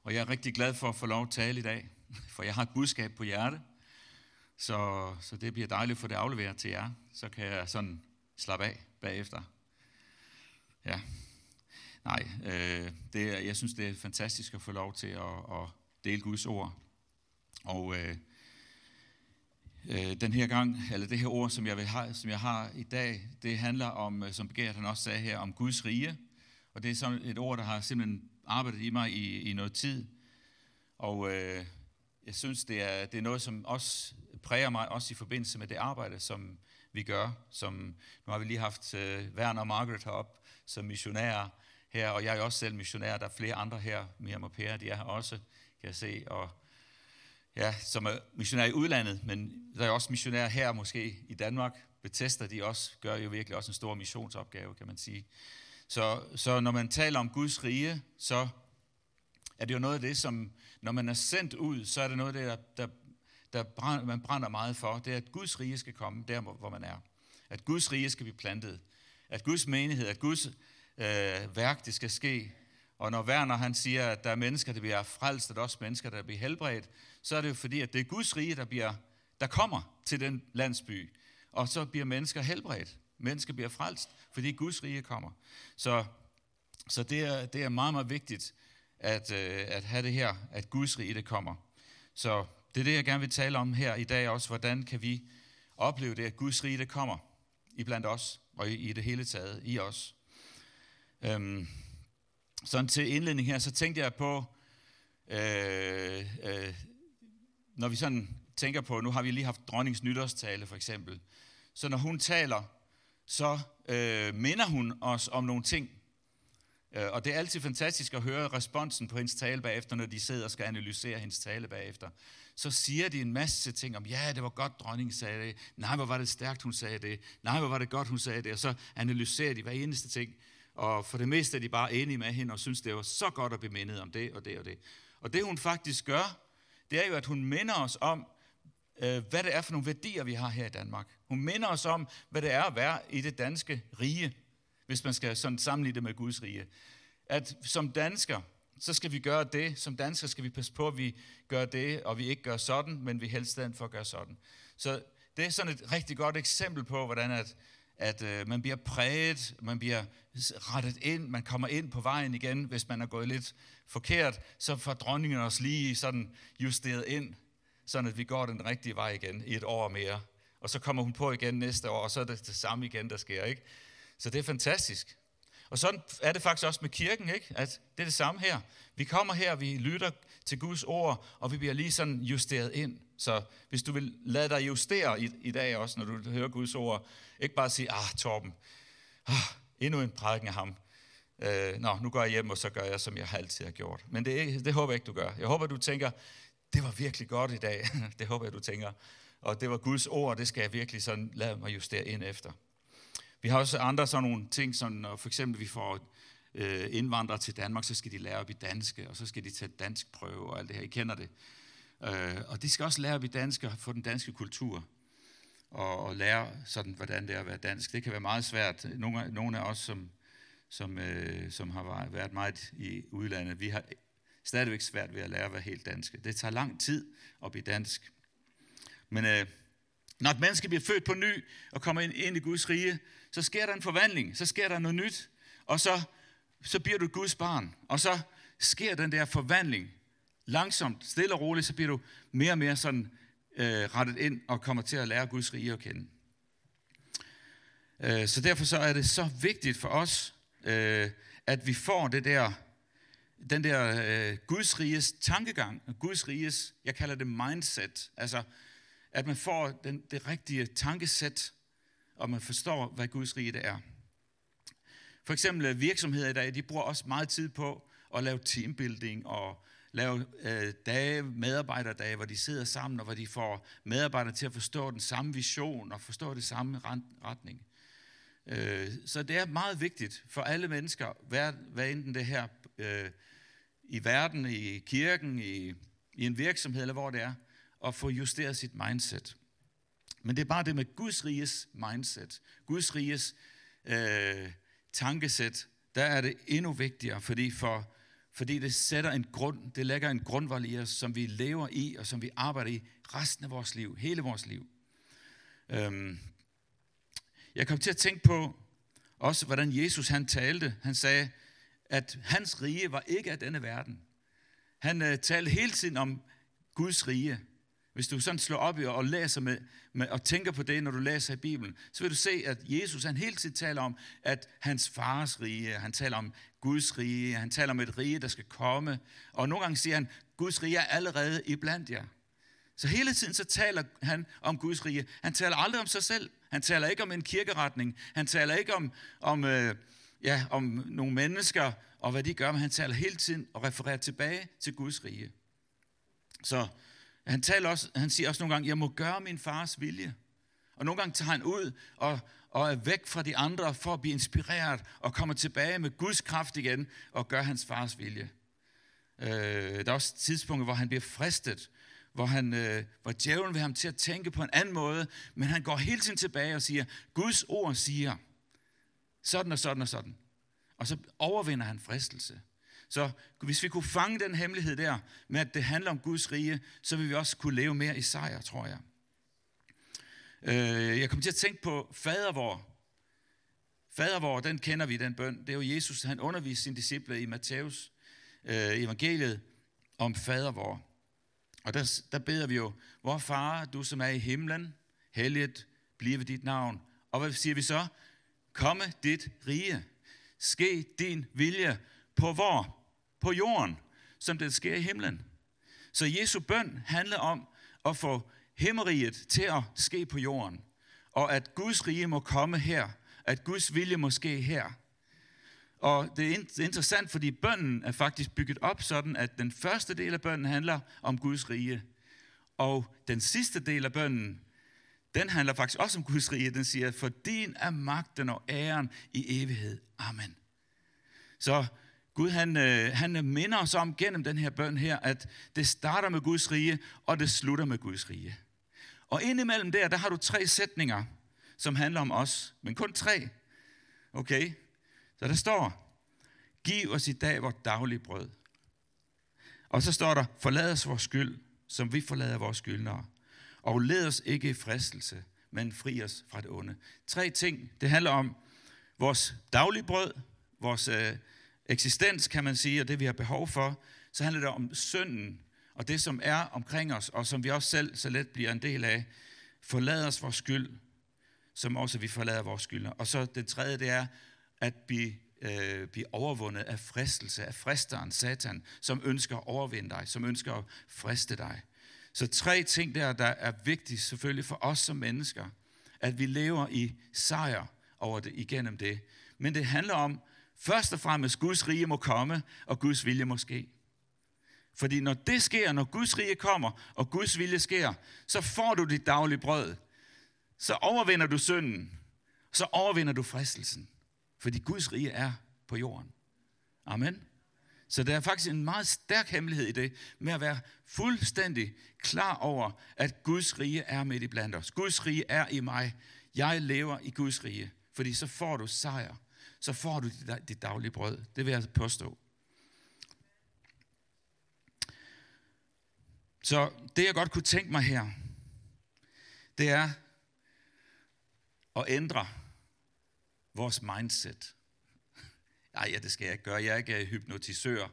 Og jeg er rigtig glad for at få lov at tale i dag, for jeg har et budskab på hjerte. Så det bliver dejligt at få det afleveret til jer. Så kan jeg sådan slappe af bagefter. Ja. Nej, jeg synes, det er fantastisk at få lov til at dele Guds ord. Og den her gang, eller det her ord, som jeg har i dag, det handler om, som Begært han også sagde her, om Guds rige. Og det er sådan et ord, der har simpelthen arbejdet i mig i noget tid. Og jeg synes, det er noget, som også præger mig, også i forbindelse med det arbejde, som vi gør. Nu har vi lige haft Werner og Margaret heroppe som missionærer her, og jeg er også selv missionær. Der er flere andre her, Miriam og Per, de er her også, kan jeg se, og ja, som er missionærer i udlandet, men der er også missionærer her måske i Danmark. Bethesda, de også gør jo virkelig også en stor missionsopgave, kan man sige. Så når man taler om Guds rige, så er det jo noget af det, som når man er sendt ud, så er det noget af det, man brænder meget for. Det er, at Guds rige skal komme der, hvor man er. At Guds rige skal blive plantet. At Guds menighed, at Guds værk, det skal ske. Og når Werner han siger, at der er mennesker, der bliver frelst, og der er også mennesker, der bliver helbredt, så er det jo fordi, at det er Guds rige, der kommer til den landsby. Og så bliver mennesker helbredt. Mennesker bliver frelst, fordi Guds rige kommer. Så det er meget, meget vigtigt at have det her, at Guds rige det kommer. Så det er det, jeg gerne vil tale om her i dag også. Hvordan kan vi opleve det, at Guds rige det kommer iblandt os, og i det hele taget i os. Sådan til indledning her, så tænkte jeg på, når vi sådan tænker på, nu har vi lige haft dronningens nytårstale for eksempel, så når hun taler, så minder hun os om nogle ting. Og det er altid fantastisk at høre responsen på hendes tale bagefter, når de sidder og skal analysere hendes tale bagefter. Så siger de en masse ting om, ja, det var godt, dronningen sagde det. Nej, hvor var det stærkt, hun sagde det. Nej, hvor var det godt, hun sagde det. Og så analyserer de hver eneste ting. Og for det meste er de bare enige med hende og synes, det var så godt at blive mindet om det og det og det. Og det hun faktisk gør, det er jo, at hun minder os om, hvad det er for nogle værdier, vi har her i Danmark. Hun minder os om, hvad det er at være i det danske rige, hvis man skal sådan sammenligne det med Guds rige. At som dansker, så skal vi gøre det. Som dansker skal vi passe på, at vi gør det, og vi ikke gør sådan, men vi helst stand for at gøre sådan. Så det er sådan et rigtig godt eksempel på, hvordan at man bliver præget, man bliver rettet ind, man kommer ind på vejen igen, hvis man er gået lidt forkert, så får dronningen os lige sådan justeret ind, sådan at vi går den rigtige vej igen i et år mere. Og så kommer hun på igen næste år, og så er det det samme igen, der sker, ikke? Så det er fantastisk. Og sådan er det faktisk også med kirken, ikke? At det er det samme her. Vi kommer her, vi lytter til Guds ord, og vi bliver lige sådan justeret ind. Så hvis du vil lade dig justere i dag også, når du hører Guds ord, ikke bare sige, Torben, endnu en prædiken af ham. Nu går jeg hjem, og så gør jeg, som jeg altid har gjort. Men det håber jeg ikke, du gør. Jeg håber, du tænker, det var virkelig godt i dag. Det håber jeg, du tænker. Og det var Guds ord, det skal jeg virkelig sådan lade mig justere ind efter. Vi har også andre sådan nogle ting, som når for eksempel vi får indvandrere til Danmark, så skal de lære at blive danske, og så skal de tage dansk prøve og alt det her. I kender det. Og de skal også lære at blive danske og få den danske kultur. Og lære sådan, hvordan det er at være dansk. Det kan være meget svært. Nogle af os, som har været meget i udlandet, vi har stadigvæk svært ved at lære at være helt danske. Det tager lang tid at blive dansk. Men når et menneske bliver født på ny og kommer ind i Guds rige, så sker der en forvandling, så sker der noget nyt, og så bliver du Guds barn. Og så sker den der forvandling langsomt, stille og roligt, så bliver du mere og mere sådan rettet ind og kommer til at lære Guds rige at kende. Så derfor så er det så vigtigt for os, at vi får den der Guds riges tankegang, Guds riges, jeg kalder det mindset, altså at man får det rigtige tankesæt, og man forstår, hvad Guds rige det er. For eksempel virksomheder i dag, de bruger også meget tid på at lave teambuilding og lave medarbejderdage, hvor de sidder sammen, og hvor de får medarbejdere til at forstå den samme vision og forstå det samme retning. Så det er meget vigtigt for alle mennesker, hvad enten det her i verden, i kirken, i en virksomhed eller hvor det er, at få justeret sit mindset. Men det er bare det med Guds riges mindset, Guds riges tankesæt, der er det endnu vigtigere, fordi for Fordi det sætter en grund, det lægger en grundvold i os, som vi lever i, og som vi arbejder i resten af vores liv, hele vores liv. Jeg kom til at tænke på også, hvordan Jesus han talte. Han sagde, at hans rige var ikke af denne verden. Han talte hele tiden om Guds rige. Hvis du sådan slår op og læser med og tænker på det, når du læser i Bibelen, så vil du se, at Jesus han hele tiden taler om, at hans fars rige, han taler om Guds rige, han taler om et rige, der skal komme. Og nogle gange siger han, Guds rige er allerede iblandt jer. Så hele tiden så taler han om Guds rige. Han taler aldrig om sig selv. Han taler ikke om en kirkeretning. Han taler ikke om nogle mennesker og hvad de gør, men han taler hele tiden og refererer tilbage til Guds rige. Så han siger også nogle gange, jeg må gøre min fars vilje. Og nogle gange tager han ud og er væk fra de andre for at blive inspireret og kommer tilbage med Guds kraft igen og gør hans fars vilje. Der er også tidspunkter, hvor han bliver fristet, hvor djævlen vil ham til at tænke på en anden måde, men han går hele tiden tilbage og siger, Guds ord siger sådan og sådan og sådan. Og så overvinder han fristelse. Så hvis vi kunne fange den hemmelighed der, med at det handler om Guds rige, så vil vi også kunne leve mere i sejr, tror jeg. Jeg kom til at tænke på fadervor. Fadervor, den kender vi, den bøn. Det er jo Jesus, han underviste sine disciple i Matthæus evangeliet om fadervor. Og der beder vi jo, vor far, du som er i himlen, helliget blive dit navn. Og hvad siger vi så? Komme dit rige. Ske din vilje på hvor? På jorden, som det sker i himlen. Så Jesu bøn handler om at få himmeriget til at ske på jorden. Og at Guds rige må komme her. At Guds vilje må ske her. Og det er interessant, fordi bønnen er faktisk bygget op sådan, at den første del af bønnen handler om Guds rige. Og den sidste del af bønnen, den handler faktisk også om Guds rige. Den siger, for din er magten og æren i evighed. Amen. Så Gud han minder os om gennem den her bøn her, at det starter med Guds rige, og det slutter med Guds rige. Og indimellem der har du 3 sætninger, som handler om os. Men kun 3. Okay? Så der står, giv os i dag vores daglige brød. Og så står der, forlad os vores skyld, som vi forlader vores skyldnere. Og led os ikke i fristelse, men fri os fra det onde. 3 ting. Det handler om vores daglige brød, vores eksistens, kan man sige, og det vi har behov for. Så handler det om synden, og det som er omkring os, og som vi også selv så let bliver en del af. Forlad os vores skyld, som også vi forlader vores skyldnere. Og så det tredje, det er, at blive overvundet af fristelse, af fristeren, Satan, som ønsker at overvinde dig, som ønsker at friste dig. Så 3 ting der er vigtige selvfølgelig for os som mennesker, at vi lever i sejr over det, igennem det. Men det handler om, først og fremmest, Guds rige må komme, og Guds vilje må ske. Fordi når det sker, når Guds rige kommer, og Guds vilje sker, så får du dit daglige brød. Så overvinder du synden. Så overvinder du fristelsen. Fordi Guds rige er på jorden. Amen. Så der er faktisk en meget stærk hemmelighed i det, med at være fuldstændig klar over, at Guds rige er midt i blandt os. Guds rige er i mig. Jeg lever i Guds rige. Fordi så får du sejr. Så får du dit daglige brød. Det vil jeg påstå. Så det jeg godt kunne tænke mig her, det er at ændre vores mindset. Nej, det skal jeg ikke gøre. Jeg er ikke hypnotisør.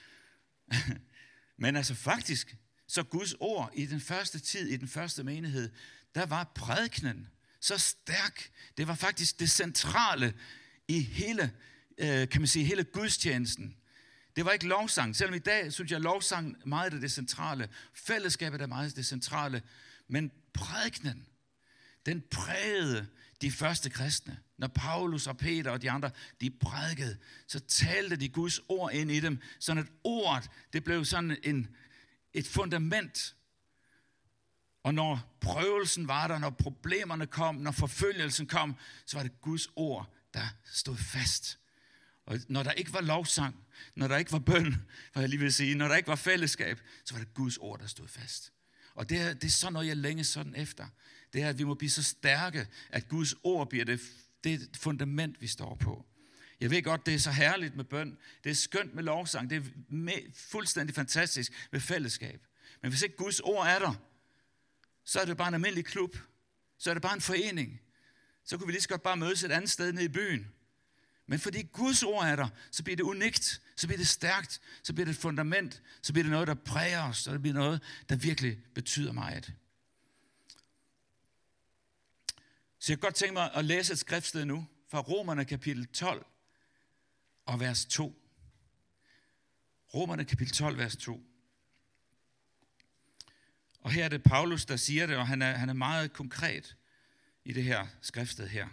Men altså faktisk, så Guds ord i den første tid, i den første menighed, der var prædikenen så stærk. Det var faktisk det centrale i hele, kan man sige, hele gudstjenesten. Det var ikke lovsang. Selvom i dag synes jeg, lovsang meget er det centrale. Fællesskabet er meget det centrale. Men prædikenen, den prægede de første kristne. Når Paulus og Peter og de andre, de prædikede, så talte de Guds ord ind i dem. Sådan at ordet, det blev sådan et fundament. Og når prøvelsen var der, når problemerne kom, når forfølgelsen kom, så var det Guds ord, der stod fast. Og når der ikke var lovsang, når der ikke var bøn, hvad jeg lige vil sige, når der ikke var fællesskab, så var det Guds ord, der stod fast. Og det er sådan noget, jeg længes sådan efter. Det er, at vi må blive så stærke, at Guds ord bliver det fundament, vi står på. Jeg ved godt, det er så herligt med bøn. Det er skønt med lovsang. Det er fuldstændig fantastisk med fællesskab. Men hvis ikke Guds ord er der, så er det bare en almindelig klub. Så er det bare en forening. Så kunne vi lige så godt bare mødes et andet sted nede i byen. Men fordi Guds ord er der, så bliver det unikt, så bliver det stærkt, så bliver det et fundament, så bliver det noget, der præger os, så det bliver noget, der virkelig betyder meget. Så jeg kan godt tænke mig at læse et skriftsted nu, fra Romerne kapitel 12 og vers 2. Romerne kapitel 12, vers 2. Og her er det Paulus, der siger det, og han er meget konkret i det her skriftsted her.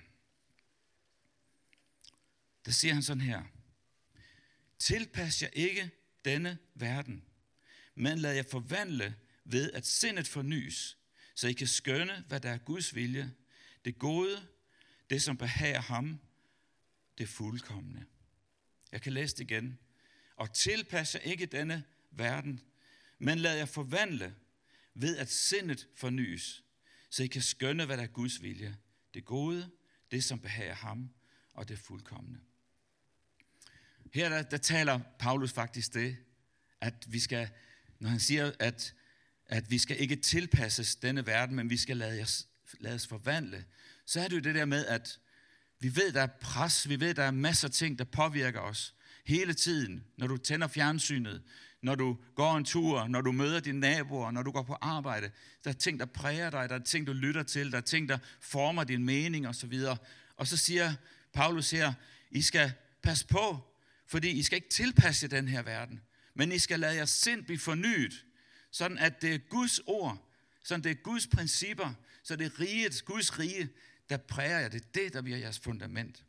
Der siger han sådan her: tilpas jer ikke denne verden, men lad jer forvandle ved, at sindet fornys, så I kan skønne, hvad der er Guds vilje, det gode, det som behager ham, det fuldkomne. Jeg kan læse det igen. Og tilpas jer ikke denne verden, men lad jer forvandle ved, at sindet fornys, så I kan skønne, hvad der er Guds vilje, det gode, det som behager ham, og det fuldkomne. Her der taler Paulus faktisk det, at vi skal, når han siger, at vi skal ikke tilpasses denne verden, men vi skal lade os forvandle, så er det jo det der med, at vi ved, der er pres, vi ved, der er masser af ting, der påvirker os hele tiden. Når du tænder fjernsynet, når du går en tur, når du møder dine naboer, når du går på arbejde, der er ting, der præger dig, der er ting, du lytter til, der er ting, der former din mening osv. Og så siger Paulus her, I skal passe på, fordi I skal ikke tilpasse den her verden, men I skal lade jeres sind blive fornyet, sådan at det er Guds ord, sådan det er Guds principper, så det er riget, Guds rige, der præger jer. Det er det, der bliver jeres fundament.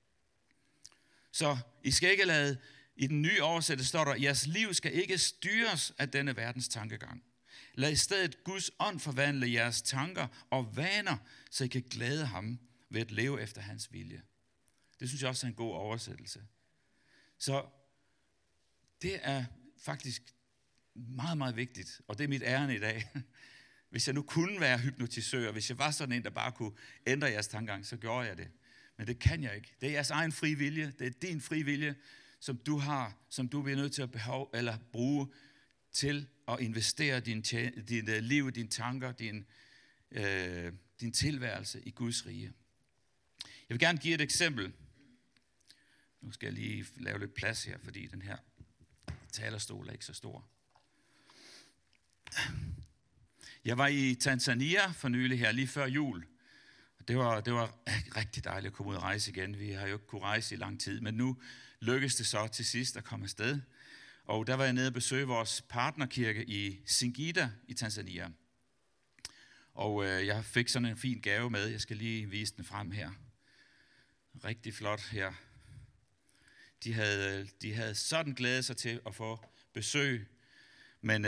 Så I skal ikke lade, i den nye oversættelse står der, jeres liv skal ikke styres af denne verdens tankegang. Lad i stedet Guds ånd forvandle jeres tanker og vaner, så I kan glæde ham ved at leve efter hans vilje. Det synes jeg også er en god oversættelse. Så det er faktisk meget, meget vigtigt, og det er mit ærinde i dag. Hvis jeg nu kunne være hypnotisør, hvis jeg var sådan en, der bare kunne ændre jeres tankegang, så gjorde jeg det. Men det kan jeg ikke. Det er jeres egen fri vilje. Det er din fri vilje, som du har, som du bliver nødt til at bruge til at investere dit liv, dine tanker, din tilværelse i Guds rige. Jeg vil gerne give et eksempel. Nu skal jeg lige lave lidt plads her, fordi den her talerstol er ikke så stor. Jeg var i Tanzania for nylig her, lige før jul. Det var rigtig dejligt at komme ud og rejse igen. Vi har jo ikke kunnet rejse i lang tid, men nu lykkedes det så til sidst at komme afsted. Og der var jeg nede og besøge vores partnerkirke i Singida i Tanzania. Og jeg fik sådan en fin gave med. Jeg skal lige vise den frem her. Rigtig flot her. De havde sådan glædet sig til at få besøg, men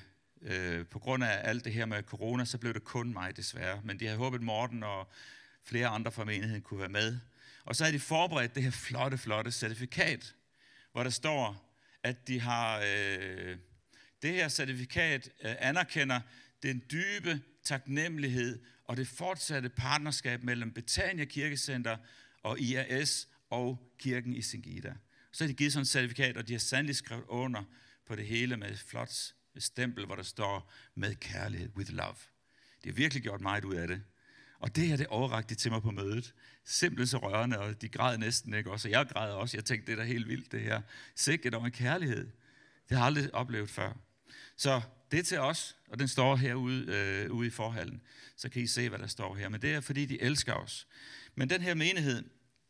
på grund af alt det her med corona, så blev det kun mig desværre. Men de havde håbet, Morten og flere andre fra menigheden kunne være med. Og så havde de forberedt det her flotte certifikat, hvor der står, at de har det her certifikat anerkender den dybe taknemmelighed og det fortsatte partnerskab mellem Betania Kirkecenter og IAS og kirken i Singida. Så har de givet sådan et certifikat, og de har sandelig skrevet under på det hele med et flot stempel, hvor der står med kærlighed, with love. De har virkelig gjort meget ud af det. Og det her, det overrakte til mig på mødet. Simpelthen så rørende, og de græd næsten, ikke også? Og jeg græd også. Jeg tænkte, det er da helt vildt, det her. Sikkert om en kærlighed. Det har jeg aldrig oplevet før. Så det er til os, og den står herude ude i forhallen. Så kan I se, hvad der står her. Men det er, fordi de elsker os. Men den her menighed,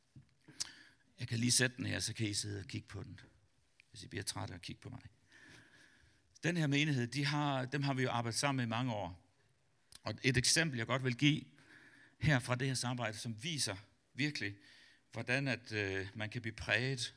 jeg kan lige sætte den her, så kan I sidde og kigge på den, hvis I bliver trætte af at kigge på mig. Den her menighed, dem har vi jo arbejdet sammen med i mange år. Og et eksempel, jeg godt vil give her fra det her samarbejde, som viser virkelig, hvordan at man kan blive præget.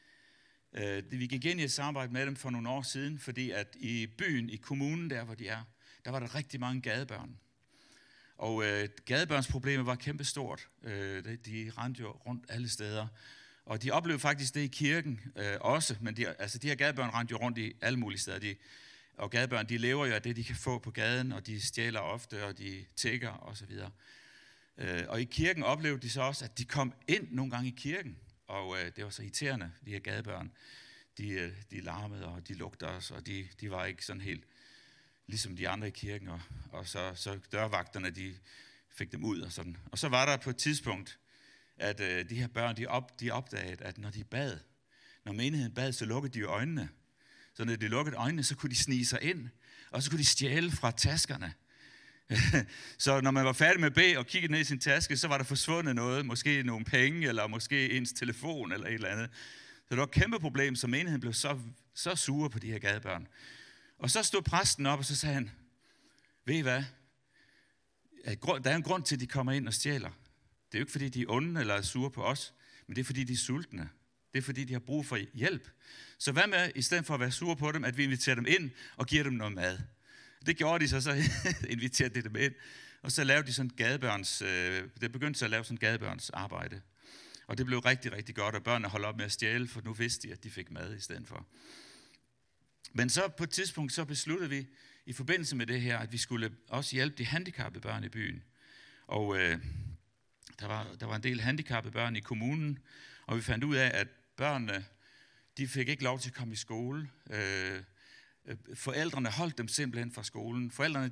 Vi gik ind i et samarbejde med dem for nogle år siden, fordi at i byen, i kommunen der, hvor de er, der var der rigtig mange gadebørn. Og gadebørnsproblemet var kæmpestort. De rendte jo rundt alle steder. Og de oplevede faktisk det i kirken også, men de her gadebørn rendte jo rundt i alle mulige steder. Og gadebørn, de lever jo af det, de kan få på gaden, og de stjæler ofte, og de tigger osv. Og i kirken oplevede de så også, at de kom ind nogle gange i kirken. Og det var så irriterende, de her gadebørn. De larmede, og de lugtede os, og de var ikke sådan helt ligesom de andre i kirken. Og så dørvagterne, de fik dem ud og sådan. Og så var der på et tidspunkt, at de her børn, de opdagede, at når menigheden bad, så lukkede de jo øjnene. Så når de lukkede øjnene, så kunne de snige sig ind, og så kunne de stjæle fra taskerne. Så når man var færdig med at bede og kiggede ned i sin taske, så var der forsvundet noget, måske nogle penge, eller måske ens telefon, eller et eller andet. Så det var et kæmpe problem, så menigheden blev så sure på de her gadebørn. Og så stod præsten op, og så sagde han, ved I hvad? Der er en grund til, at de kommer ind og stjæler. Det er jo ikke, fordi de er onde eller er sure på os, men det er, fordi de er sultne. Det er, fordi de har brug for hjælp. Så hvad med, i stedet for at være sure på dem, at vi inviterer dem ind og giver dem noget mad? Det gjorde de så inviterede de dem ind. Og så lavede de sådan det begyndte så at lave sådan gadebørns arbejde. Og det blev rigtig, rigtig godt, og børnene holdt op med at stjæle, for nu vidste de, at de fik mad i stedet for. Men så på et tidspunkt, så besluttede vi, i forbindelse med det her, at vi skulle også hjælpe de handicappede børn i byen. Og der var en del handicappede børn i kommunen, og vi fandt ud af, at børnene, de fik ikke lov til at komme i skole. Forældrene holdt dem simpelthen fra skolen. Forældrene,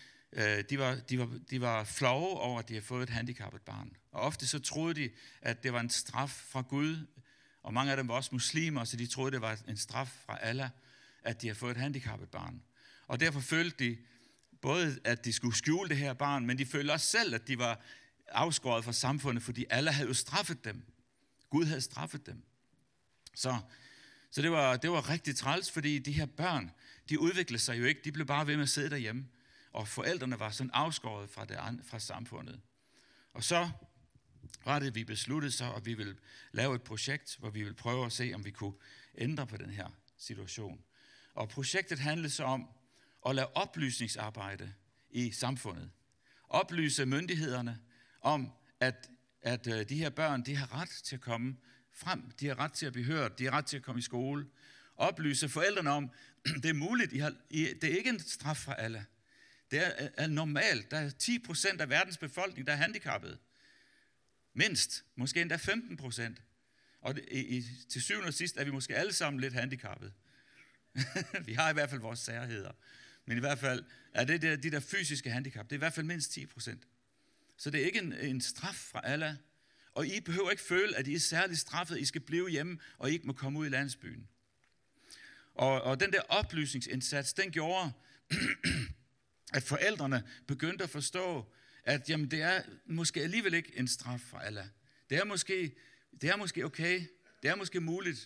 de var flove over, at de havde fået et handicappet barn. Og ofte så troede de, at det var en straf fra Gud, og mange af dem var også muslimer, så de troede, det var en straf fra Allah, at de havde fået et handicappet barn. Og derfor følte de både, at de skulle skjule det her barn, men de følte også selv, at de var afskåret fra samfundet, fordi Allah havde jo straffet dem. Gud havde straffet dem. Så det var rigtig træls, fordi de her børn, de udviklede sig jo ikke. De blev bare ved med at sidde derhjemme. Og forældrene var sådan afskåret fra samfundet. Og så var det, vi besluttede så, at vi ville lave et projekt, hvor vi ville prøve at se, om vi kunne ændre på den her situation. Og projektet handlede så om at lave oplysningsarbejde i samfundet. Oplyse myndighederne om, at de her børn, de har ret til at komme frem. De har ret til at blive hørt. De har ret til at komme i skole. Oplyse forældrene om, det er muligt. Det er ikke en straf fra Allah. Det er normalt. Der er 10% af verdens befolkning, der er handicappede. Mindst. Måske endda 15%. Og til syvende og sidst er vi måske alle sammen lidt handicappede. Vi har i hvert fald vores særheder. Men i hvert fald er det de der fysiske handicap, det er i hvert fald mindst 10%. Så det er ikke en straf fra Allah. Og I behøver ikke føle, at I er særligt straffet. I skal blive hjemme, og I ikke må komme ud i landsbyen. Og den der oplysningsindsats, den gjorde, at forældrene begyndte at forstå, at jamen, det er måske alligevel ikke en straf fra Allah. Det er måske okay. Det er måske muligt.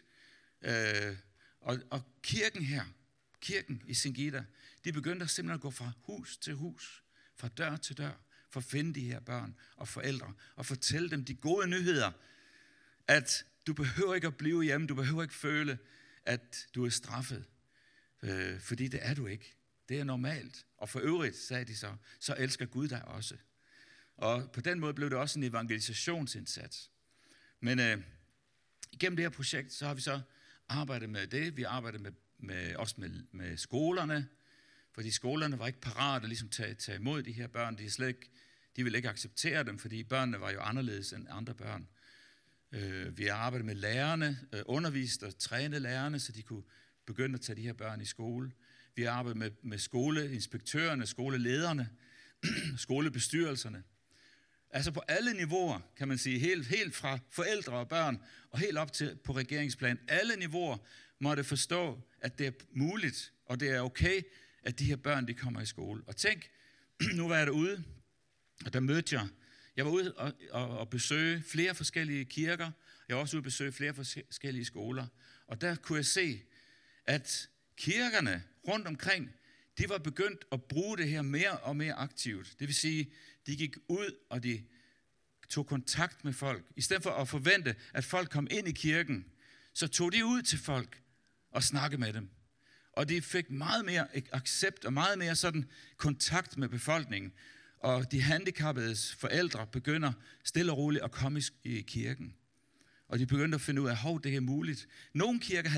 Og kirken i Singida, de begyndte simpelthen at gå fra hus til hus, fra dør til dør, for at finde de her børn og forældre, og fortælle dem de gode nyheder, at du behøver ikke at blive hjemme, du behøver ikke føle, at du er straffet, fordi det er du ikke. Det er normalt. Og for øvrigt, sagde de så elsker Gud dig også. Og på den måde blev det også en evangelisationsindsats. Men igennem det her projekt, så har vi så arbejdet med det. Vi arbejdede også med skolerne, fordi skolerne var ikke parate at ligesom tage imod de her børn. De ville ikke acceptere dem, fordi børnene var jo anderledes end andre børn. Vi har arbejdet med lærerne, undervist og trænet lærerne, så de kunne begynde at tage de her børn i skole. Vi har arbejdet med skoleinspektørerne, skolelederne, skolebestyrelserne. Altså på alle niveauer, kan man sige, helt fra forældre og børn, og helt op til på regeringsplan. Alle niveauer måtte forstå, at det er muligt, og det er okay, at de her børn, de kommer i skole. Og tænk, nu var jeg derude, og der mødte jeg var ude og besøge flere forskellige kirker. Jeg var også ude og besøge flere forskellige skoler. Og der kunne jeg se, at kirkerne rundt omkring, de var begyndt at bruge det her mere og mere aktivt. Det vil sige, de gik ud, og de tog kontakt med folk. I stedet for at forvente, at folk kom ind i kirken, så tog de ud til folk og snakkede med dem. Og de fik meget mere accept og meget mere sådan kontakt med befolkningen. Og de handicappedes forældre begynder stille og roligt at komme i kirken. Og de begyndte at finde ud af, at det er muligt. Nogle kirker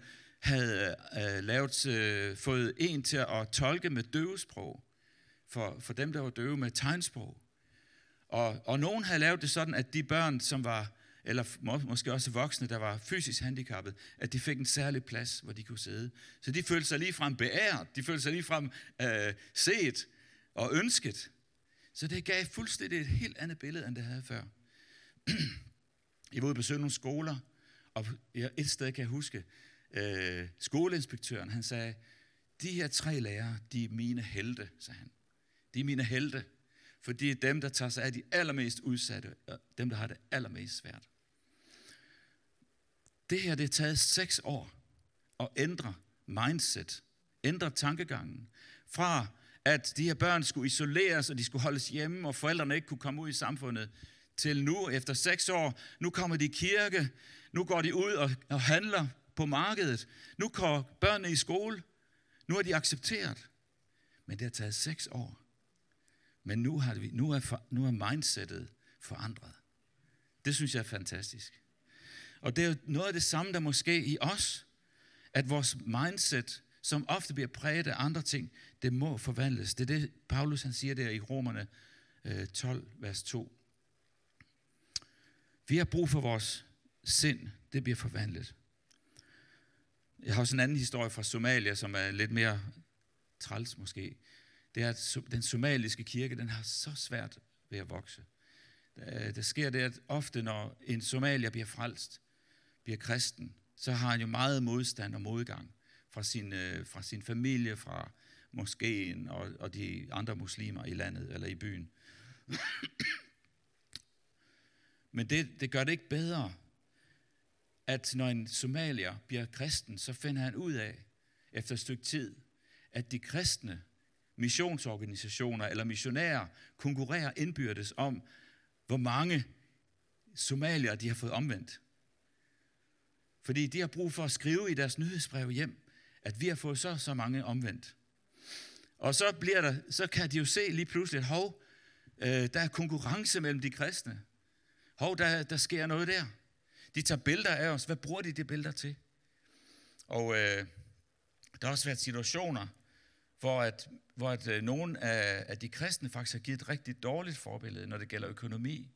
havde fået en til at tolke med døvesprog, for dem, der var døve, med tegnsprog. Og nogen havde lavet det sådan, at de børn, som var eller måske også voksne, der var fysisk handicappet, at de fik en særlig plads, hvor de kunne sidde. Så de følte sig ligefrem beæret, de følte sig ligefrem set og ønsket. Så det gav fuldstændig et helt andet billede, end det havde før. Jeg var ude og besøge nogle skoler, og et sted kan jeg huske, skoleinspektøren, han sagde, de her 3 lærere, de er mine helte, sagde han. De er mine helte, for de er dem, der tager sig af de allermest udsatte, og dem, der har det allermest svært. Det her, det er taget 6 år at ændre mindset, ændre tankegangen, fra at de her børn skulle isoleres, og de skulle holdes hjemme, og forældrene ikke kunne komme ud i samfundet, til nu, efter 6 år, nu kommer de i kirke, nu går de ud og handler på markedet, nu går børnene i skole, nu er de accepteret. Men det har taget 6 år. Men nu er mindsetet forandret. Det synes jeg er fantastisk. Og det er jo noget af det samme, der måske i os, at vores mindset, som ofte bliver præget af andre ting, det må forvandles. Det er det, Paulus han siger der i Romerne 12, vers 2. Vi har brug for vores sind, det bliver forvandlet. Jeg har også en anden historie fra Somalia, som er lidt mere træls måske. Det er, at den somaliske kirke, den har så svært ved at vokse. Der sker det, at ofte når en somalier bliver frelst, bliver kristen, så har han jo meget modstand og modgang fra sin familie, fra moskeen og de andre muslimer i landet eller i byen. Men det gør det ikke bedre, at når en somalier bliver kristen, så finder han ud af, efter et stykke tid, at de kristne missionsorganisationer eller missionærer konkurrerer indbyrdes om, hvor mange somalier de har fået omvendt. Fordi de har brug for at skrive i deres nyhedsbrev hjem, at vi har fået så mange omvendt. Og så kan de jo se lige pludselig, at der er konkurrence mellem de kristne. Der sker noget der. De tager billeder af os. Hvad bruger de billeder til? Og der har også været situationer, hvor nogle af de kristne faktisk har givet et rigtig dårligt forbillede, når det gælder økonomi.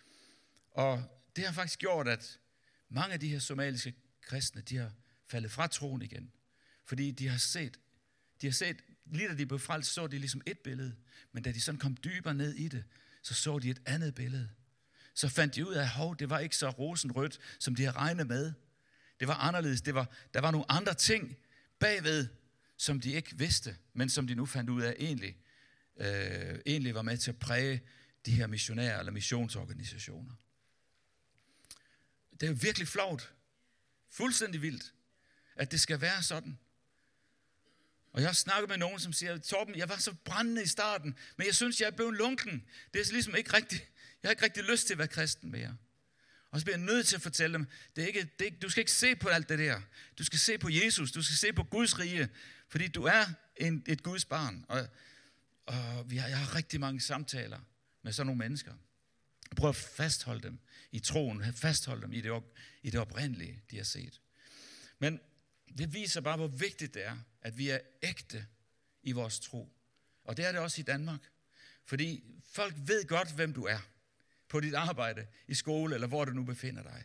Og det har faktisk gjort, at mange af de her somaliske kristne, de har faldet fra troen igen. Fordi de har set, lige da de blev frelst, så de ligesom et billede. Men da de sådan kom dybere ned i det, så de et andet billede. Så fandt de ud af, at det var ikke så rosenrødt, som de havde regnet med. Det var anderledes. Der var nogle andre ting bagved, som de ikke vidste, men som de nu fandt ud af egentlig var med til at præge de her missionærer eller missionsorganisationer. Det er jo virkelig flovt, fuldstændig vildt, at det skal være sådan. Og jeg har snakket med nogen, som siger, Torben, jeg var så brændende i starten, men jeg synes, jeg er blevet lunken. Det er ligesom ikke rigtigt. Jeg har ikke rigtig lyst til at være kristen mere. Og så bliver jeg nødt til at fortælle dem, du skal ikke se på alt det der. Du skal se på Jesus, du skal se på Guds rige, fordi du er et Guds barn. Og jeg har rigtig mange samtaler med sådan nogle mennesker. Jeg prøver at fastholde dem i troen, fastholde dem i det oprindelige, de har set. Men det viser bare, hvor vigtigt det er, at vi er ægte i vores tro. Og det er det også i Danmark. Fordi folk ved godt, hvem du er. På dit arbejde, i skole, eller hvor du nu befinder dig.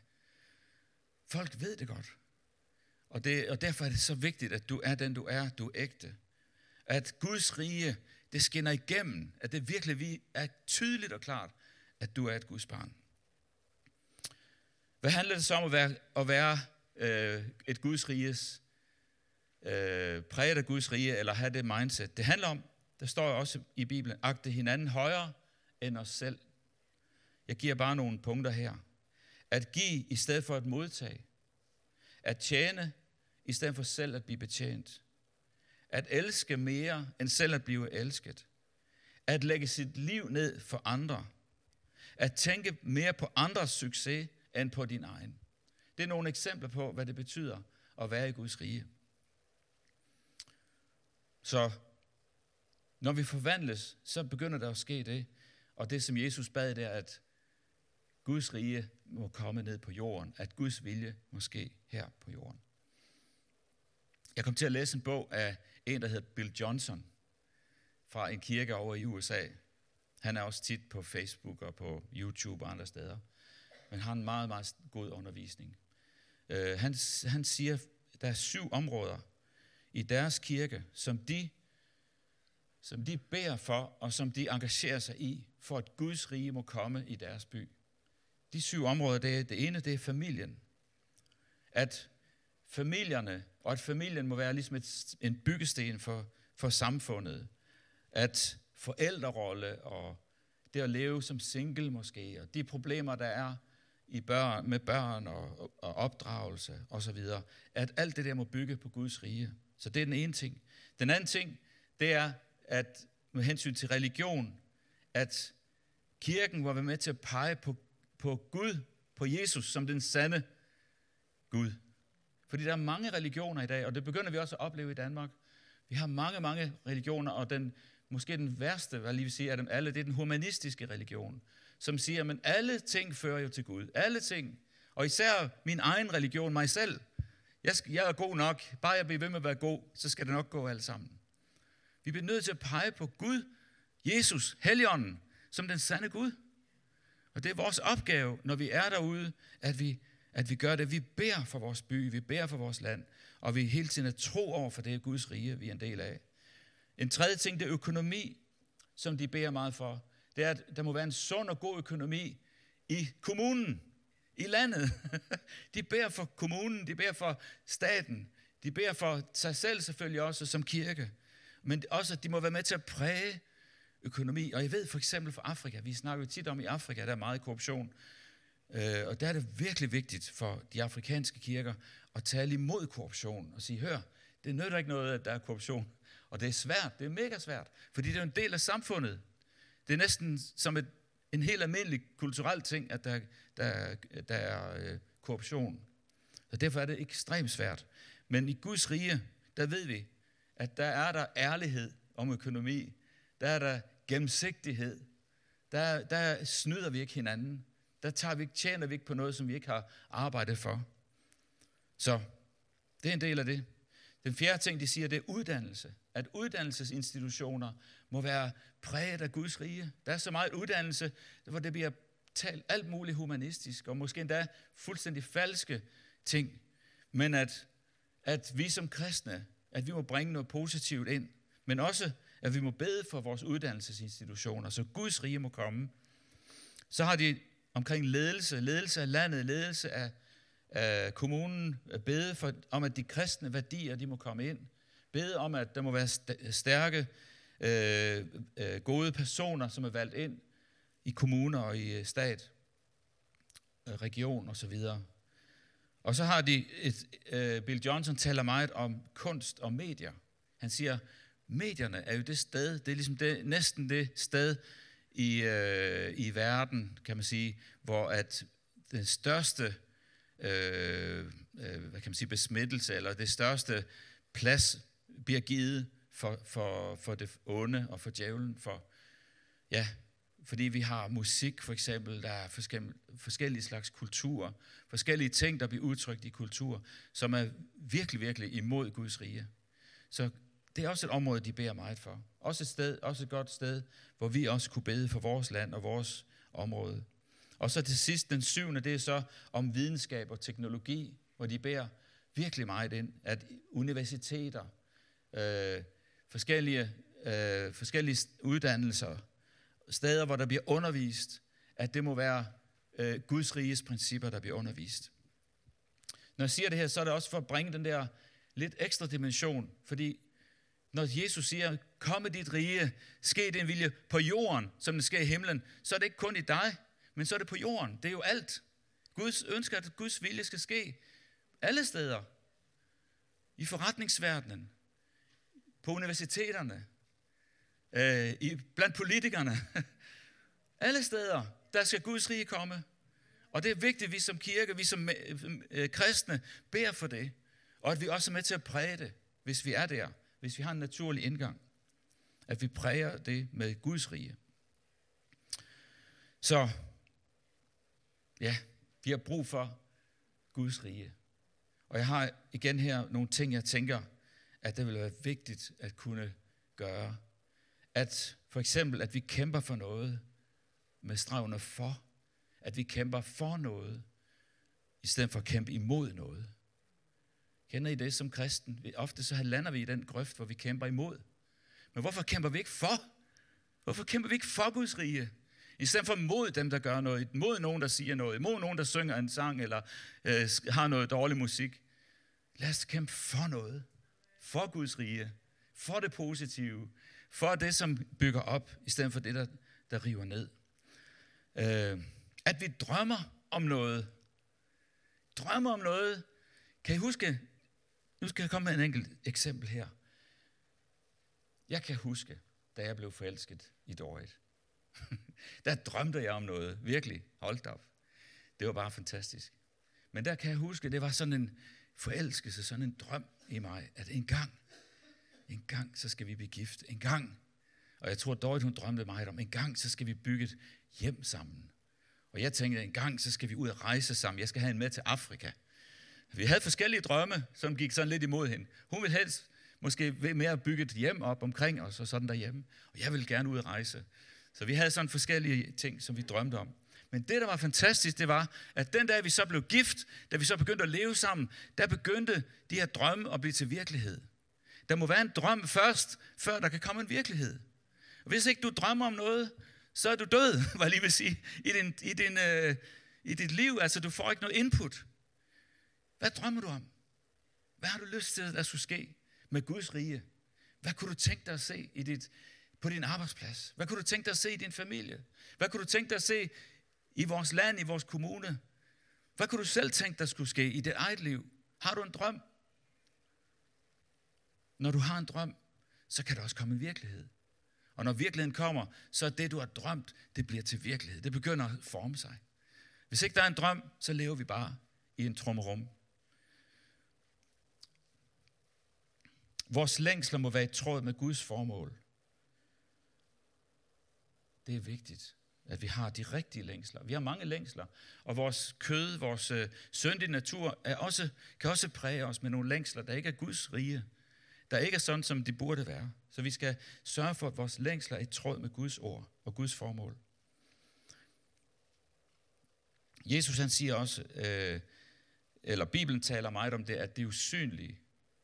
Folk ved det godt. Og derfor er det så vigtigt, at du er den, du er ægte. At Guds rige, det skinner igennem. At det virkelig er tydeligt og klart, at du er et Guds barn. Hvad handler det så om at være et Guds riges, præget af Guds rige, eller have det mindset? Det handler om, der står jo også i Bibelen, agte hinanden højere end os selv. Jeg giver bare nogle punkter her. At give i stedet for at modtage. At tjene i stedet for selv at blive betjent. At elske mere end selv at blive elsket. At lægge sit liv ned for andre. At tænke mere på andres succes end på din egen. Det er nogle eksempler på, hvad det betyder at være i Guds rige. Så når vi forvandles, så begynder der at ske det. Og det, som Jesus bad, det er, at Guds rige må komme ned på jorden. At Guds vilje må ske her på jorden. Jeg kom til at læse en bog af en, der hedder Bill Johnson, fra en kirke over i USA. Han er også tit på Facebook og på YouTube og andre steder. men har en meget, meget god undervisning. Han siger, der er 7 områder i deres kirke, som de beder for, og som de engagerer sig i, for at Guds rige må komme i deres by. De 7 områder, det ene, det er familien. At familien må være ligesom en byggesten for samfundet. At forældrerolle og det at leve som single måske, og de problemer, der er med børn og opdragelse osv., at alt det der må bygge på Guds rige. Så det er den ene ting. Den anden ting, det er, at med hensyn til religion, at kirken må være med til at pege på Gud, på Jesus som den sande Gud. Fordi der er mange religioner i dag, og det begynder vi også at opleve i Danmark. Vi har mange, mange religioner, og måske den værste, hvad jeg lige vil sige, af dem alle, det er den humanistiske religion, som siger, men alle ting fører jo til Gud. Alle ting. Og især min egen religion, mig selv. Jeg er god nok. Bare jeg bliver ved med at være god, så skal det nok gå alt sammen. Vi bliver nødt til at pege på Gud, Jesus, Helligånden, som den sande Gud. Og det er vores opgave, når vi er derude, at vi gør det. Vi beder for vores by, vi beder for vores land, og vi hele tiden er tro over for det Guds rige, vi er en del af. En tredje ting, det er økonomi, som de beder meget for. Det er, at der må være en sund og god økonomi i kommunen, i landet. De beder for kommunen, de beder for staten, de beder for sig selv selvfølgelig også som kirke. Men også, at de må være med til at præge økonomi. Og jeg ved for eksempel for Afrika, vi snakker jo tit om i Afrika, der er meget korruption. Og der er det virkelig vigtigt for de afrikanske kirker at tale imod korruption og sige, hør, det nytter ikke noget, at der er korruption. Og det er svært, det er mega svært, fordi det er en del af samfundet. Det er næsten som en helt almindelig kulturel ting, at der er korruption. Og derfor er det ekstremt svært. Men i Guds rige, der ved vi, at der er ærlighed om økonomi. Der er der gennemsigtighed. Der snyder vi ikke hinanden. Der tjener vi ikke på noget, som vi ikke har arbejdet for. Så det er en del af det. Den fjerde ting, de siger, det er uddannelse. At uddannelsesinstitutioner må være præget af Guds rige. Der er så meget uddannelse, hvor det bliver talt alt muligt humanistisk, og måske endda fuldstændig falske ting. Men at vi som kristne, at vi må bringe noget positivt ind, men også, at vi må bede for vores uddannelsesinstitutioner, så Guds rige må komme. Så har de omkring ledelse af landet, ledelse af kommunen, bede om, at de kristne værdier, de må komme ind. Bede om, at der må være stærke, gode personer, som er valgt ind i kommuner og i stat, region og så videre. Og så har de Bill Johnson taler meget om kunst og medier. Han siger, medierne er jo det sted, det er ligesom næsten det sted i verden, kan man sige, hvor at den største hvad kan man sige, besmittelse, eller det største plads bliver givet for det onde og for djævlen. Fordi vi har musik for eksempel, der er forskellige slags kulturer, forskellige ting, der bliver udtrykt i kultur, som er virkelig, virkelig imod Guds rige. Så det er også et område, de beder meget for. Også et godt sted, hvor vi også kunne bede for vores land og vores område. Og så til sidst, den 7. det er så om videnskab og teknologi, hvor de beder virkelig meget ind, at universiteter, forskellige uddannelser, steder, hvor der bliver undervist, at det må være Guds riges principper, der bliver undervist. Når jeg siger det her, så er det også for at bringe den der lidt ekstra dimension, fordi når Jesus siger, kom med dit rige, ske din vilje på jorden, som det sker i himlen, så er det ikke kun i dig, men så er det på jorden. Det er jo alt. Gud ønsker, at Guds vilje skal ske alle steder. I forretningsverdenen, på universiteterne, blandt politikerne. Alle steder, der skal Guds rige komme. Og det er vigtigt, at vi som kirke, vi som kristne, beder for det. Og at vi også er med til at præge det, hvis vi er der. Hvis vi har en naturlig indgang. At vi præger det med Guds rige. Så, ja, vi har brug for Guds rige. Og jeg har igen her nogle ting, jeg tænker, at det vil være vigtigt at kunne gøre. At for eksempel, at vi kæmper for noget med strævende for. at vi kæmper for noget, i stedet for at kæmpe imod noget. Kender I det som kristen? Ofte så lander vi i den grøft, hvor vi kæmper imod. Men hvorfor kæmper vi ikke for? Hvorfor kæmper vi ikke for Guds rige? I stedet for mod dem, der gør noget, mod nogen, der siger noget, mod nogen, der synger en sang, eller har noget dårlig musik. Lad os kæmpe for noget. For Guds rige. For det positive. For det, som bygger op, i stedet for det, der river ned. At vi drømmer om noget. Drømmer om noget. Kan I huske? Nu skal jeg komme med en enkelt eksempel her. Jeg kan huske, da jeg blev forelsket i Dorit. Der drømte jeg om noget. Virkelig. Hold op. Det var bare fantastisk. Men der kan jeg huske, det var sådan en forelskelse, sådan en drøm i mig, at en gang, så skal vi blive gift. En gang. Og jeg tror, Dorit, hun drømte meget om, en gang, så skal vi bygge et hjem sammen. Og jeg tænkte, en gang, så skal vi ud og rejse sammen. Jeg skal have hende med til Afrika. Vi havde forskellige drømme, som gik sådan lidt imod hende. Hun ville helst måske mere bygge et hjem op omkring os og sådan derhjemme. Og jeg ville gerne ud og rejse. Så vi havde sådan forskellige ting, som vi drømte om. Men det, der var fantastisk, det var, at den dag, vi så blev gift, da vi så begyndte at leve sammen, der begyndte de her drømme at blive til virkelighed. Der må være en drøm først, før der kan komme en virkelighed. Og hvis ikke du drømmer om noget, så er du død, var jeg lige vil sige, i dit liv. Altså, du får ikke noget input. Hvad drømmer du om? Hvad har du lyst til, at der skulle ske med Guds rige? Hvad kunne du tænke dig at se på din arbejdsplads? Hvad kunne du tænke dig at se i din familie? Hvad kunne du tænke dig at se i vores land, i vores kommune? Hvad kunne du selv tænke dig skulle ske i dit eget liv? Har du en drøm? Når du har en drøm, så kan der også komme en virkelighed. Og når virkeligheden kommer, så er det, du har drømt, det bliver til virkelighed. Det begynder at forme sig. Hvis ikke der er en drøm, så lever vi bare i en trummerum. Vores længsler må være i tråd med Guds formål. Det er vigtigt, at vi har de rigtige længsler. Vi har mange længsler, og vores kød, vores syndige natur kan også præge os med nogle længsler, der ikke er Guds rige. Der ikke er sådan, som de burde være. Så vi skal sørge for, at vores længsler er i tråd med Guds ord og Guds formål. Jesus han siger også, eller Bibelen taler meget om det, at det usynlige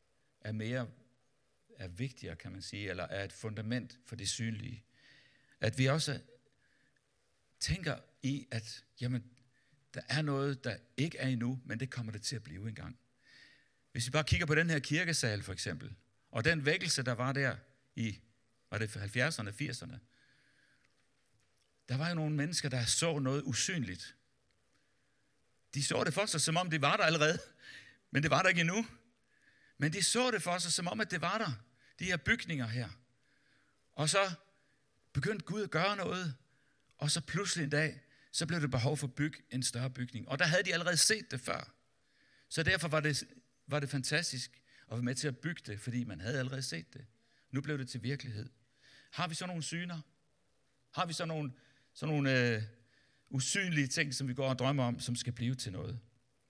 er vigtigere, kan man sige, eller er et fundament for det synlige. At vi også tænker i, at jamen, der er noget, der ikke er endnu, men det kommer det til at blive engang. Hvis vi bare kigger på den her kirkesal for eksempel, og den vækkelse, der var der var det 70'erne, 80'erne, der var jo nogle mennesker, der så noget usynligt. De så det for sig, som om det var der allerede, men det var der ikke endnu. Men de så det for sig, som om at det var der, de her bygninger her. Og så begyndte Gud at gøre noget, og så pludselig en dag, så blev det behov for at bygge en større bygning. Og der havde de allerede set det før. Så derfor var det fantastisk at være med til at bygge det, fordi man havde allerede set det. Nu blev det til virkelighed. Har vi så nogle syner? Har vi så nogle usynlige ting, som vi går og drømmer om, som skal blive til noget?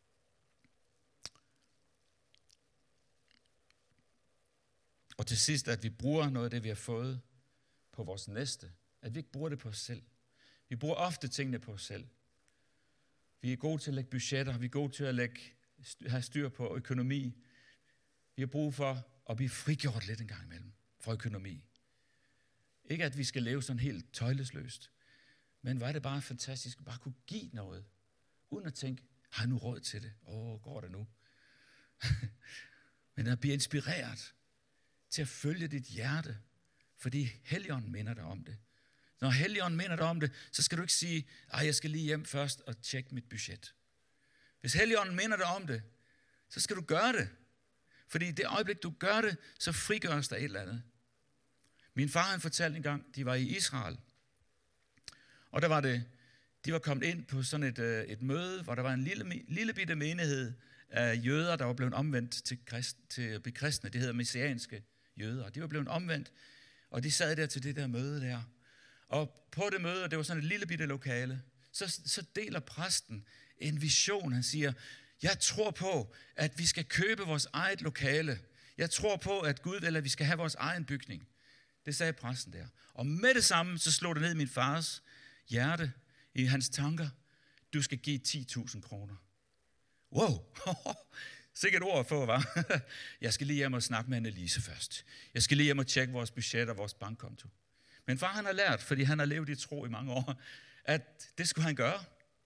Og til sidst, at vi bruger noget af det, vi har fået på vores næste. At vi ikke bruger det på os selv. Vi bruger ofte tingene på os selv. Vi er gode til at lægge budgetter. Vi er gode til at have styr på økonomi. Vi har brug for at blive frigjort lidt en gang imellem fra økonomi. Ikke at vi skal leve sådan helt tøjlesløst. Men var det bare fantastisk at bare kunne give noget. Uden at tænke, har jeg nu råd til det? Går det nu? Men at blive inspireret til at følge dit hjerte. Fordi Helligånden minder dig om det. Når Helligånden minder dig om det, så skal du ikke sige, jeg skal lige hjem først og tjekke mit budget. Hvis Helligånden minder dig om det, så skal du gøre det. Fordi i det øjeblik, du gør det, så frigøres der et eller andet. Min far han fortalte en gang, de var i Israel. Og der var de var kommet ind på sådan et møde, hvor der var en lille bitte menighed af jøder, der var blevet omvendt til at blive kristne. Det hedder messianske jøder. De var blevet omvendt, og de sad der til det der møde der. Og på det møde, det var sådan et lille bitte lokale, så deler præsten en vision. Han siger, jeg tror på, at vi skal købe vores eget lokale. Jeg tror på, at Gud vil, at vi skal have vores egen bygning. Det sagde præsten der. Og med det samme, så slog det ned i min fars hjerte, i hans tanker. du skal give 10.000 kroner. Wow, sikkert ord at få, hva'? Jeg skal lige hjem og snakke med Annelise først. Jeg skal lige hjem og tjekke vores budget og vores bankkonto. Men far han har lært, fordi han har levet i tro i mange år, at det skulle han gøre.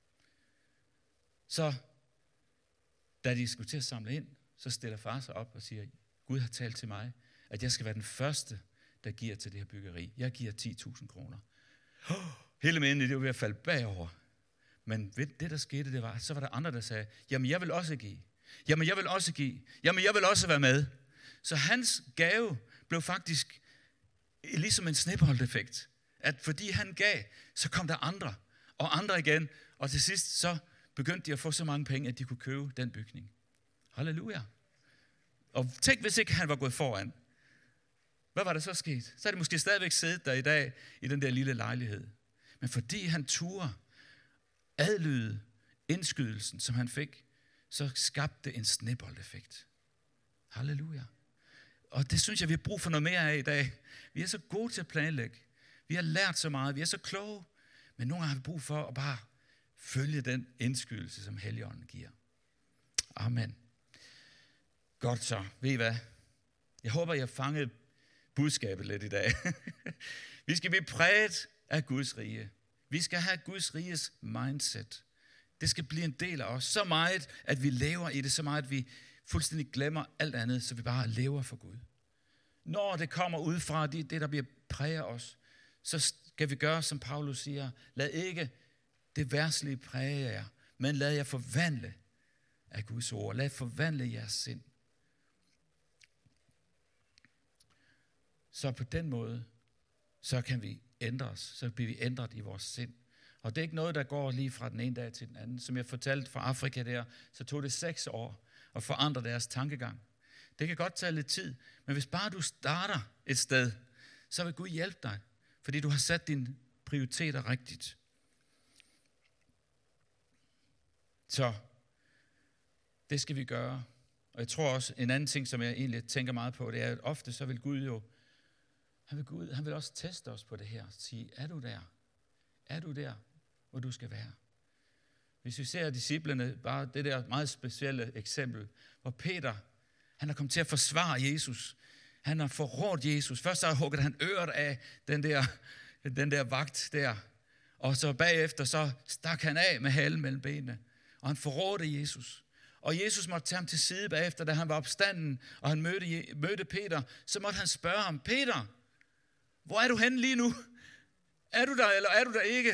Så da de skulle til at samle ind, så stiller far sig op og siger, Gud har talt til mig, at jeg skal være den første, der giver til det her byggeri. Jeg giver 10.000 kroner. Hele mændene, det var ved at falde bagover. Men ved det, der skete, det var, så var der andre, der sagde, jamen jeg vil også give. Jamen jeg vil også give. Jamen jeg vil også være med. Så hans gave blev faktisk ligesom en sneboldeffekt. At fordi han gav, så kom der andre. Og andre igen. Og til sidst så begyndte de at få så mange penge, at de kunne købe den bygning. Halleluja. Og tænk, hvis ikke han var gået foran. Hvad var der så sket? Så er det måske stadigvæk siddet der i dag, i den der lille lejlighed. Men fordi han turde adlyde indskydelsen, som han fik, så skabte en sneboldeffekt. Halleluja. Og det synes jeg, vi har brug for noget mere af i dag. Vi er så gode til at planlægge. Vi har lært så meget. Vi er så kloge. Men nogle gange har vi brug for at bare følge den indskydelse, som Helligånden giver. Amen. Godt så. Ved I hvad? Jeg håber, jeg har fanget budskabet lidt i dag. Vi skal blive præget af Guds rige. Vi skal have Guds riges mindset. Det skal blive en del af os. Så meget, at vi lever i det. Så meget, at vi fuldstændig glemmer alt andet, så vi bare lever for Gud. Når det kommer ud fra det, der bliver præger os, så skal vi gøre, som Paulus siger. Lad ikke det verdslige præge jer, men lad jer forvandle af Guds ord. Lad forvandle jeres sind. Så på den måde, så kan vi ændre os. Så bliver vi ændret i vores sind. Og det er ikke noget, der går lige fra den ene dag til den anden. Som jeg fortalte fra Afrika der, så tog det 6 år at forandre deres tankegang. Det kan godt tage lidt tid, men hvis bare du starter et sted, så vil Gud hjælpe dig, fordi du har sat dine prioriteter rigtigt. Så det skal vi gøre. Og jeg tror også, en anden ting, som jeg egentlig tænker meget på, det er, at ofte så vil Gud jo, han vil også teste os på det her. Sige, er du der? Er du der, hvor du skal være? Hvis vi ser disciplene, bare det der meget specielle eksempel, hvor Peter, han er kommet til at forsvare Jesus. Han har forrådt Jesus. Først så hugget han øret af den der vagt der. Og så bagefter så stak han af med halen mellem benene. Og han forrådte Jesus. Og Jesus måtte tage ham til side bagefter, da han var opstanden, og han mødte Peter. Så måtte han spørge ham, Peter, hvor er du henne lige nu? Er du der, eller er du der ikke?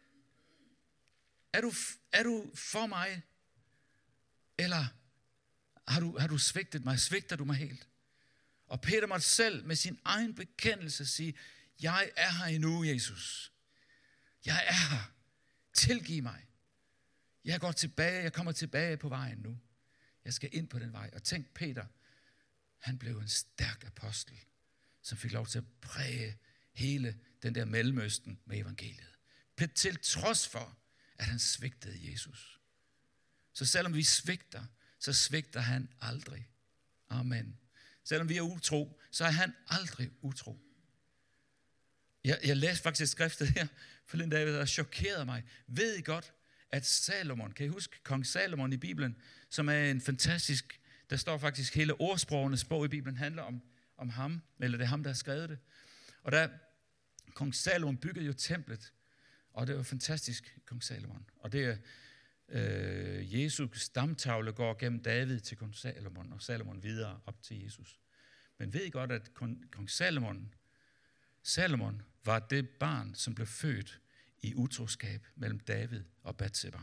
Er du for mig? Eller har du svigtet mig? Svigter du mig helt? Og Peter måtte selv med sin egen bekendelse sige, jeg er her endnu, Jesus. Jeg er her. Tilgiv mig. Jeg kommer tilbage på vejen nu. Jeg skal ind på den vej. Og tænk, Peter, han blev en stærk apostel, som fik lov til at præge hele den der Mellemøsten med evangeliet. Til trods for, at han svigtede Jesus. Så selvom vi svigter, så svigter han aldrig. Amen. Selvom vi er utro, så er han aldrig utro. Jeg læste faktisk skriftet her forleden dag, der chokerede mig. Ved I godt, at Salomon, kan I huske kong Salomon i Bibelen, som er en fantastisk, der står faktisk hele ordsprogenes bog i Bibelen, handler om ham, eller det er ham, der har skrevet det. Og der kong Salomon byggede jo templet, og det var fantastisk, kong Salomon. Og det er Jesu stamtavle går gennem David til kong Salomon, og Salomon videre op til Jesus. Men ved I godt, at kong Salomon var det barn, som blev født i utroskab mellem David og Batseba.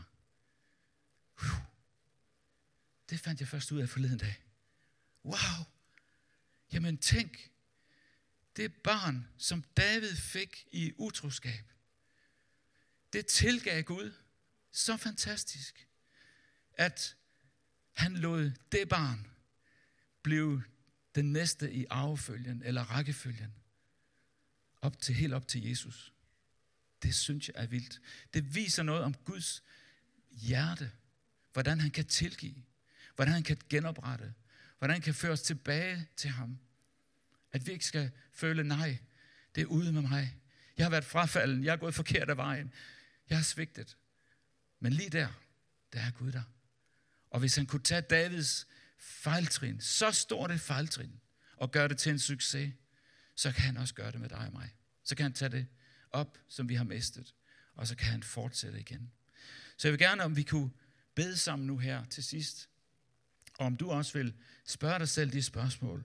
Det fandt jeg først ud af forleden dag. Wow! Jamen tænk, det barn, som David fik i utroskab, det tilgav Gud så fantastisk, at han lod det barn blive den næste i arvefølgen eller rækkefølgen helt op til Jesus. Det synes jeg er vildt. Det viser noget om Guds hjerte, hvordan han kan tilgive, hvordan han kan genoprette, hvordan han kan føre os tilbage til ham. At vi ikke skal føle, nej, det er ude med mig. Jeg har været frafalden, jeg har gået forkert af vejen, jeg har svigtet. Men lige der er Gud der. Og hvis han kunne tage Davids fejltrin, så stort et fejltrin, og gøre det til en succes, så kan han også gøre det med dig og mig. Så kan han tage det op, som vi har mistet, og så kan han fortsætte igen. Så jeg vil gerne, om vi kunne bede sammen nu her til sidst, og om du også vil spørge dig selv de spørgsmål.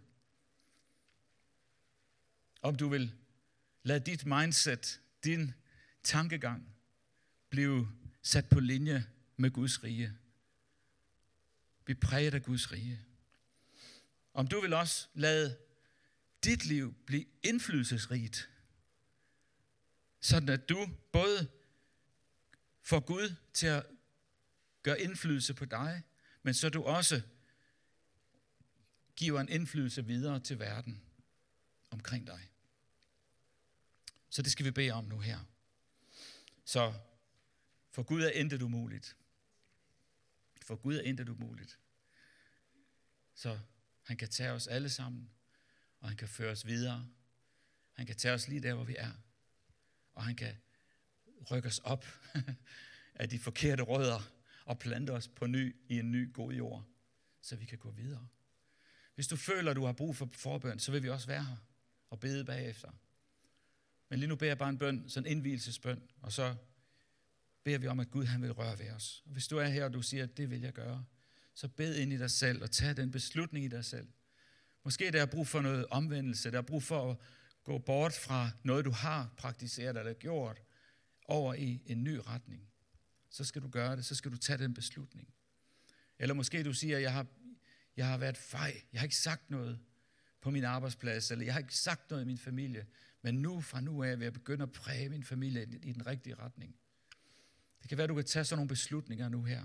Om du vil lade dit mindset, din tankegang, blive sat på linje med Guds rige. Vi præger af Guds rige. Om du vil også lade dit liv blive indflydelsesrigt, sådan at du både får Gud til at gøre indflydelse på dig, men så du også giver en indflydelse videre til verden omkring dig. Så det skal vi bede om nu her. Så for Gud er intet umuligt. For Gud er intet umuligt. Så han kan tage os alle sammen, og han kan føre os videre. Han kan tage os lige der, hvor vi er. Og han kan rykke os op af de forkerte rødder og plante os på ny i en ny god jord, så vi kan gå videre. Hvis du føler, at du har brug for forbøn, så vil vi også være her og bede bagefter. Men lige nu beder jeg bare en bøn, sådan en indvielsesbøn, og så beder vi om, at Gud han vil røre ved os. Og hvis du er her, og du siger, at det vil jeg gøre, så bed ind i dig selv og tag den beslutning i dig selv. Måske der er brug for noget omvendelse, der er brug for at gå bort fra noget, du har praktiseret eller gjort, over i en ny retning. Så skal du gøre det, så skal du tage den beslutning. Eller måske du siger, at jeg har været fej, jeg har ikke sagt noget på min arbejdsplads, eller jeg har ikke sagt noget i min familie, men fra nu af vil jeg begynde at præge min familie i den rigtige retning. Det kan være, at du kan tage sådan nogle beslutninger nu her,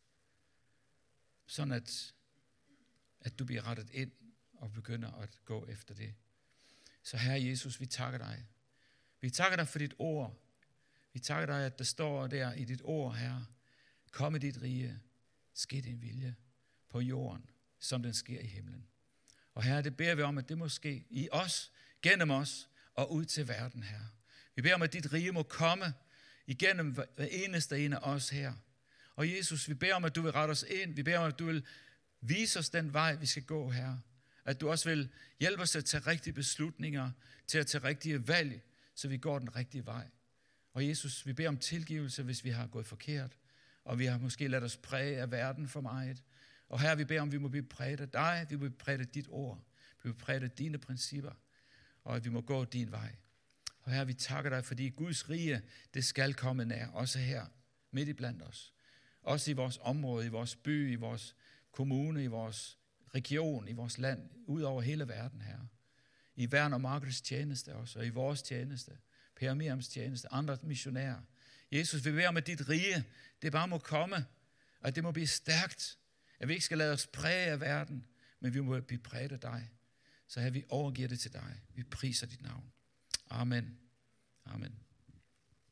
sådan at du bliver rettet ind og begynder at gå efter det. Så Herre Jesus, vi takker dig. Vi takker dig for dit ord. Vi takker dig, at der står der i dit ord, Herre, kom i dit rige, ske din vilje på jorden, som den sker i himlen. Og Herre, det beder vi om, at det må ske i os, gennem os og ud til verden, Herre. Vi beder om, at dit rige må komme igennem hver eneste en af os her. Og Jesus, vi beder om, at du vil rette os ind. Vi beder om, at du vil vise os den vej, vi skal gå, Herre. At du også vil hjælpe os til at tage rigtige beslutninger, til at tage rigtige valg, så vi går den rigtige vej. Og Jesus, vi beder om tilgivelse, hvis vi har gået forkert, og vi har måske ladet os præge af verden for meget. Og Herre, vi beder om, at vi må blive præget af dig, vi må blive præget af dit ord, vi må blive præget af dine principper, og at vi må gå din vej. Og Herre, vi takker dig, fordi Guds rige, det skal komme nær, også her, midt i blandt os. Også i vores område, i vores by, i vores kommune, i vores region, i vores land, ud over hele verden, Herre. I Werner og Margrethes tjeneste også, og i vores tjeneste, Per Miriams tjeneste, andre missionærer. Jesus, vi beder om, at dit rige, det bare må komme, og det må blive stærkt, at vi ikke skal lade os præge af verden, men vi må blive præget af dig. Så Herre, vi overgiver det til dig. Vi priser dit navn. Amen. Amen.